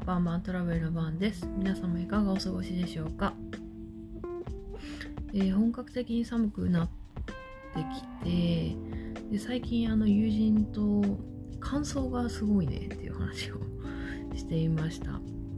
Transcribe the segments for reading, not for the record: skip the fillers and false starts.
バンバントラベルのバンです。皆様いかがお過ごしでしょうか。本格的に寒くなってきて、で最近友人と乾燥がすごいねっていう話をしていました。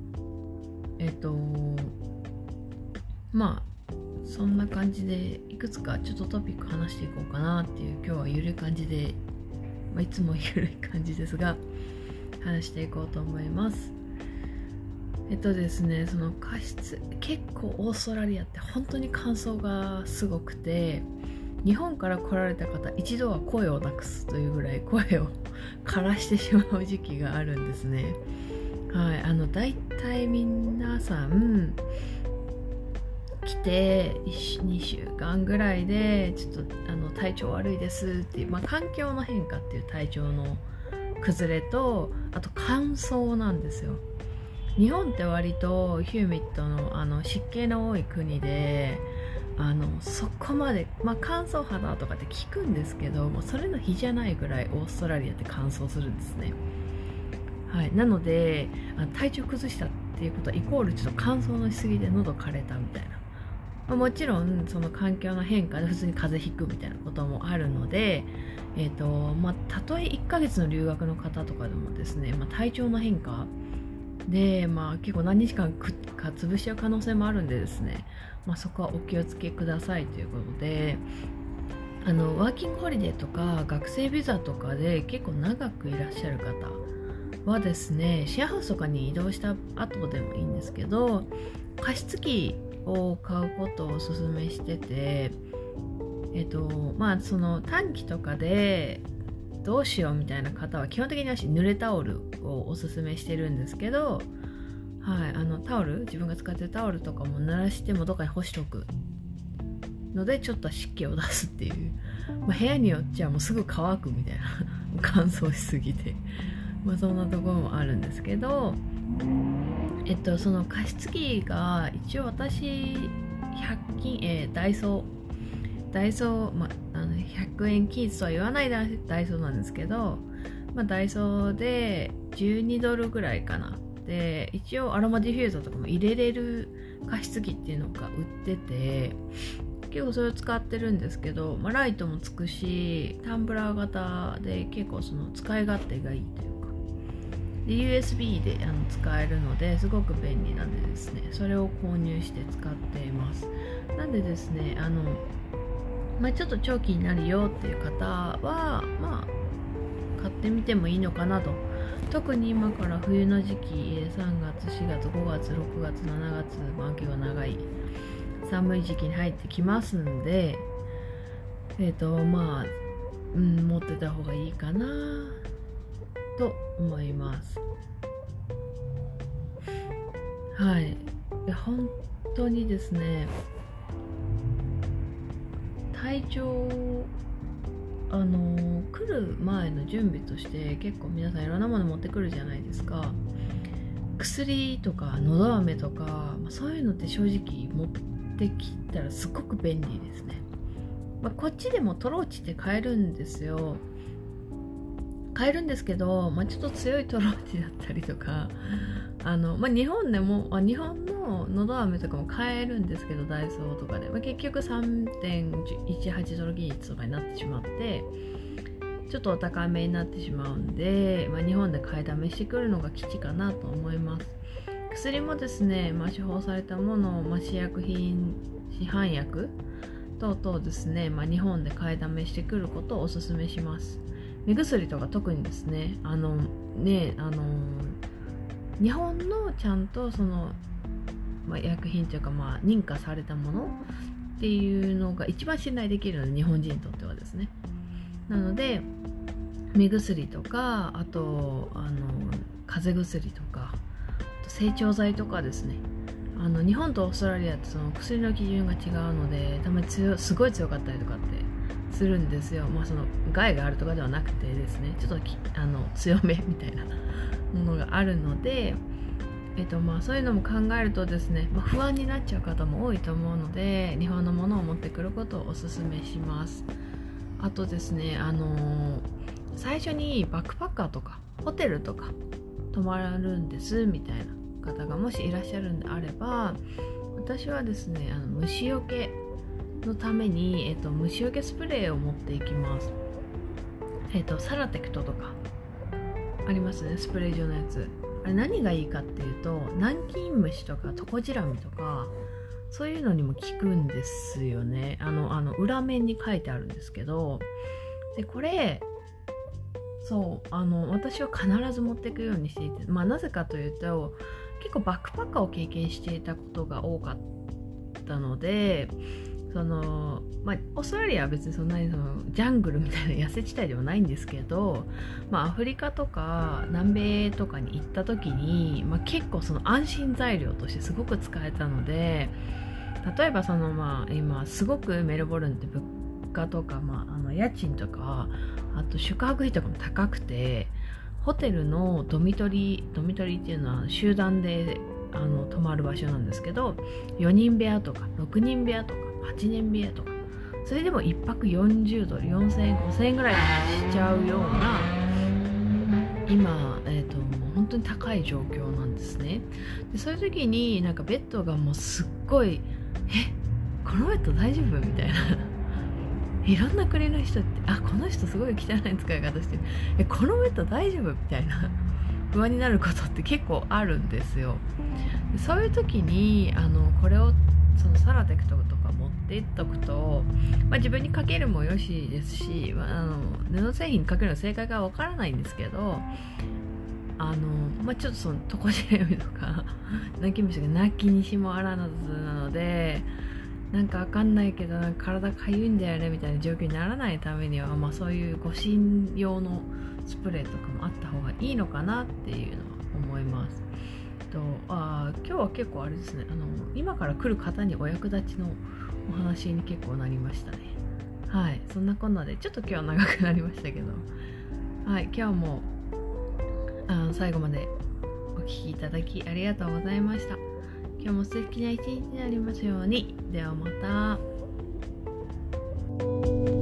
そんな感じでいくつかちょっとトピック話していこうかなっていう、今日はゆるい感じで、いつもゆるい感じですが話していこうと思います。ですね、その加湿、結構オーストラリアって本当に乾燥がすごくて、日本から来られた方一度は声をなくすというぐらい声を枯らしてしまう時期があるんですね。はい、だいたい皆さん来て2週間ぐらいでちょっと体調悪いですっていう、環境の変化っていう体調の崩れと、あと乾燥なんですよ。日本って割とヒューミットの湿気の多い国で、そこまで、乾燥肌とかって聞くんですけども、それの比じゃないぐらいオーストラリアって乾燥するんですね。はい、なので体調崩したっていうことはイコールちょっと乾燥のしすぎで喉枯れたみたいな、もちろんその環境の変化で普通に風邪ひくみたいなこともあるので、たとえ1ヶ月の留学の方とかでもですね、体調の変化で、結構何日間か潰しちゃう可能性もあるんでですね、そこはお気をつけくださいということで、ワーキングホリデーとか学生ビザとかで結構長くいらっしゃる方はですね、シェアハウスとかに移動した後でもいいんですけど、加湿器を買うことをおすすめしてて、その短期とかでどうしようみたいな方は基本的には濡れタオルをおすすめしてるんですけど、はい、タオル、自分が使ってるタオルとかも濡らしてもどっかに干しておくのでちょっと湿気を出すっていう、部屋によっちゃもうすぐ乾くみたいな乾燥しすぎてそんなところもあるんですけど、その加湿器が一応私100均、ダイソー、100円均一とは言わないダイソーなんですけど、ダイソーで12ドルぐらいかな。で、一応アロマディフューザーとかも入れれる加湿器っていうのが売ってて、結構それを使ってるんですけど、ライトもつくし、タンブラー型で結構その使い勝手がいいというか、で USB で使えるのですごく便利なんでですね、それを購入して使っています。なんでですね、ちょっと長期になるよっていう方は買ってみてもいいのかなと。特に今から冬の時期、3月4月5月6月7月、秋は長い寒い時期に入ってきますんで、持ってた方がいいかなと思います。はい、本当にですね、体調来る前の準備として結構皆さんいろんなもの持ってくるじゃないですか。薬とかのど飴とか、そういうのって正直持ってきたらすごく便利ですね。こっちでもトローチって買えるんですよ。買えるんですけど、ちょっと強いトローチだったりとか、日本でも日本ののど飴とかも買えるんですけど、ダイソーとかで、結局 3.18 ドル均一とかになってしまって、ちょっとお高めになってしまうんで、日本で買いだめしてくるのが吉かなと思います。薬もですね、処方されたものを、市販薬等々ですね、日本で買いだめしてくることをおすすめします。目薬とか特にですね、日本のちゃんとその、薬品というか、認可されたものっていうのが一番信頼できるので、日本人にとってはですね。なので目薬とか、あと風邪薬とか、あと整腸剤とかですね、日本とオーストラリアってその薬の基準が違うので、たまにすごい強かったりとかってするんですよ。その害があるとかではなくてですね、ちょっと強めみたいなものがあるので、そういうのも考えるとですね、不安になっちゃう方も多いと思うので、日本のものを持ってくることをおすすめします。あとですね、最初にバックパッカーとかホテルとか止まるんですみたいな方がもしいらっしゃるんであれば、私はですね虫除けのために、虫除けスプレーを持っていきます。サラテクトとかありますね、スプレー状のやつ。あれ何がいいかっていうと、南京虫とかトコジラミとかそういうのにも効くんですよね。裏面に書いてあるんですけど、でこれ私は必ず持っていくようにしていて、なぜかというと、結構バックパッカーを経験していたことが多かったので、オーストラリアは別にそんなにジャングルみたいな痩せ地帯ではないんですけど、アフリカとか南米とかに行った時に、結構安心材料としてすごく使えたので、例えば今すごくメルボルンって物価とか、家賃とかあと宿泊費とかも高くて、ホテルのドミトリっていうのは集団で泊まる場所なんですけど、4人部屋とか6人部屋とか8人部屋とか、それでも1泊40ドル4000円5000円ぐらいしちゃうような今、もう本当に高い状況なんですね。でそういう時にベッドがもうすっごいこのベッド大丈夫みたいないろんな国の人って、この人すごい汚い使い方してる、このベッド大丈夫みたいな不安になることって結構あるんですよ。でそういう時にこれをサラテクトとか持っていっとくと、自分にかけるもよしですし、布製品にかけるの正解がわからないんですけど、ちょっとトコジラミとか泣き虫が泣きにしもあらずなので、わかんないけど体かゆいんだよねみたいな状況にならないためには、そういう護身用のスプレーとかもあった方がいいのかなっていうのは思います。今日は結構あれですね、今から来る方にお役立ちのお話に結構なりましたね。はい、そんなこんなでちょっと今日は長くなりましたけど、はい、今日も最後までお聞きいただきありがとうございました。今日も素敵な一日になりますように。ではまた。